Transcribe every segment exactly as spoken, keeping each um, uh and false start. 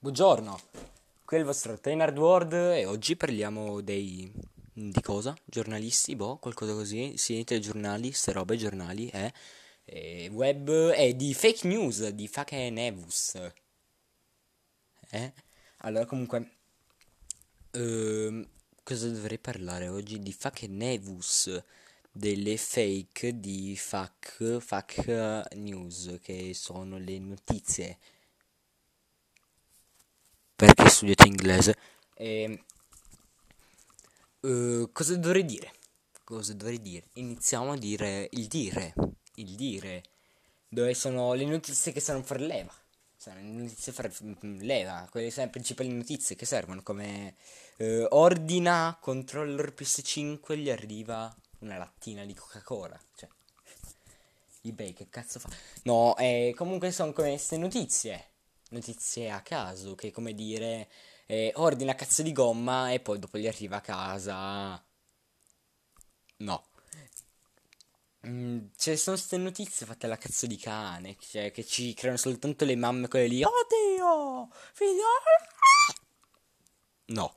Buongiorno, qui è il vostro Trainer World e oggi parliamo dei... di cosa? Giornalisti, boh, qualcosa così, sì, telegiornali, ste robe, giornali, eh, e web e di fake news, di fake news, eh? Allora, comunque, ehm, cosa dovrei parlare oggi? Di fake news, delle fake di fake, fake news, che sono le notizie, perché studiate inglese, e... Eh, cosa dovrei dire? Cosa dovrei dire? Iniziamo a dire il dire. Il dire. Dove sono le notizie che servono per leva. Sono le notizie per mm, leva. Quelle sono le principali notizie che servono. Come eh, ordina controller P S cinque, gli arriva una lattina di Coca-Cola. Cioè, eBay che cazzo fa? No, eh, comunque sono come queste notizie. Notizie a caso. Che come dire. Eh, ordina cazzo di gomma e poi dopo gli arriva a casa. No. Mm, cioè, sono queste notizie fatte alla cazzo di cane. Cioè, che ci creano soltanto le mamme, quelle lì. Oddio! Figliola! No.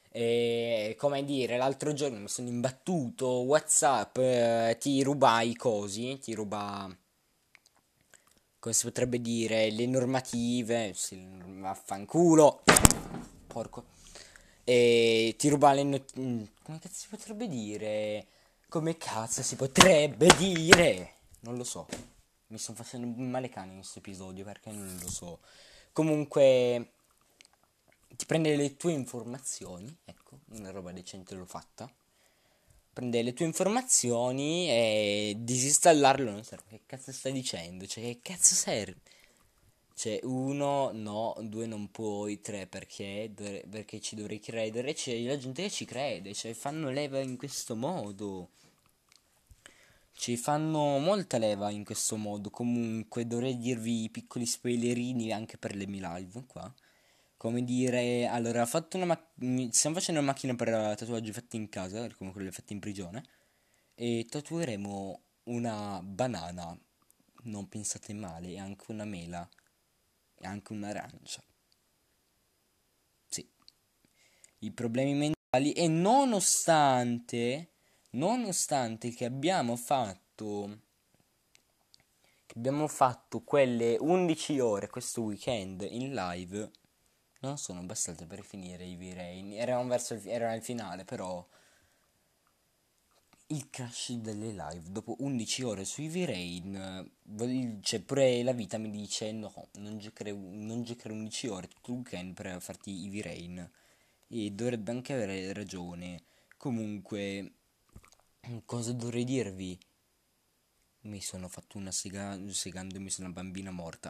E come dire, l'altro giorno mi sono imbattuto. WhatsApp, eh, ti ruba i cosi. Ti ruba. Come si potrebbe dire? Le normative. Sì, vaffanculo. Porco. E ti ruba le not- mm, come cazzo si potrebbe dire? Come cazzo si potrebbe dire? Non lo so. Mi sono facendo male cani in questo episodio perché non lo so. Comunque ti prende le tue informazioni, ecco, una roba decente l'ho fatta. Prende le tue informazioni e disinstallarlo non serve. Che cazzo stai dicendo? Cioè, che cazzo serve? Cioè, uno, no, due non puoi, tre perché, dovre- perché ci dovrei credere, c'è la gente che ci crede, cioè fanno leva in questo modo, ci fanno molta leva in questo modo, comunque dovrei dirvi i piccoli spoilerini anche per le mie live qua, come dire, allora, ho fatto una mac- mi- stiamo facendo una macchina per tatuaggi fatti in casa, come quelli fatti in prigione, e tatueremo una banana, non pensate male, e anche una mela, e anche un'arancia. Sì, i problemi mentali e nonostante, nonostante che abbiamo fatto, che abbiamo fatto quelle undici ore questo weekend in live, non sono bastate per finire i V-Rain. Eravamo verso il, era il finale, però il crash delle live dopo undici ore sui V-Rain, cioè pure la vita mi dice no, non giocare, non giocare undici ore tutto il weekend per farti i V-Rain. E dovrebbe anche avere ragione. Comunque, cosa dovrei dirvi? Mi sono fatto una sega, segandomi su una bambina morta.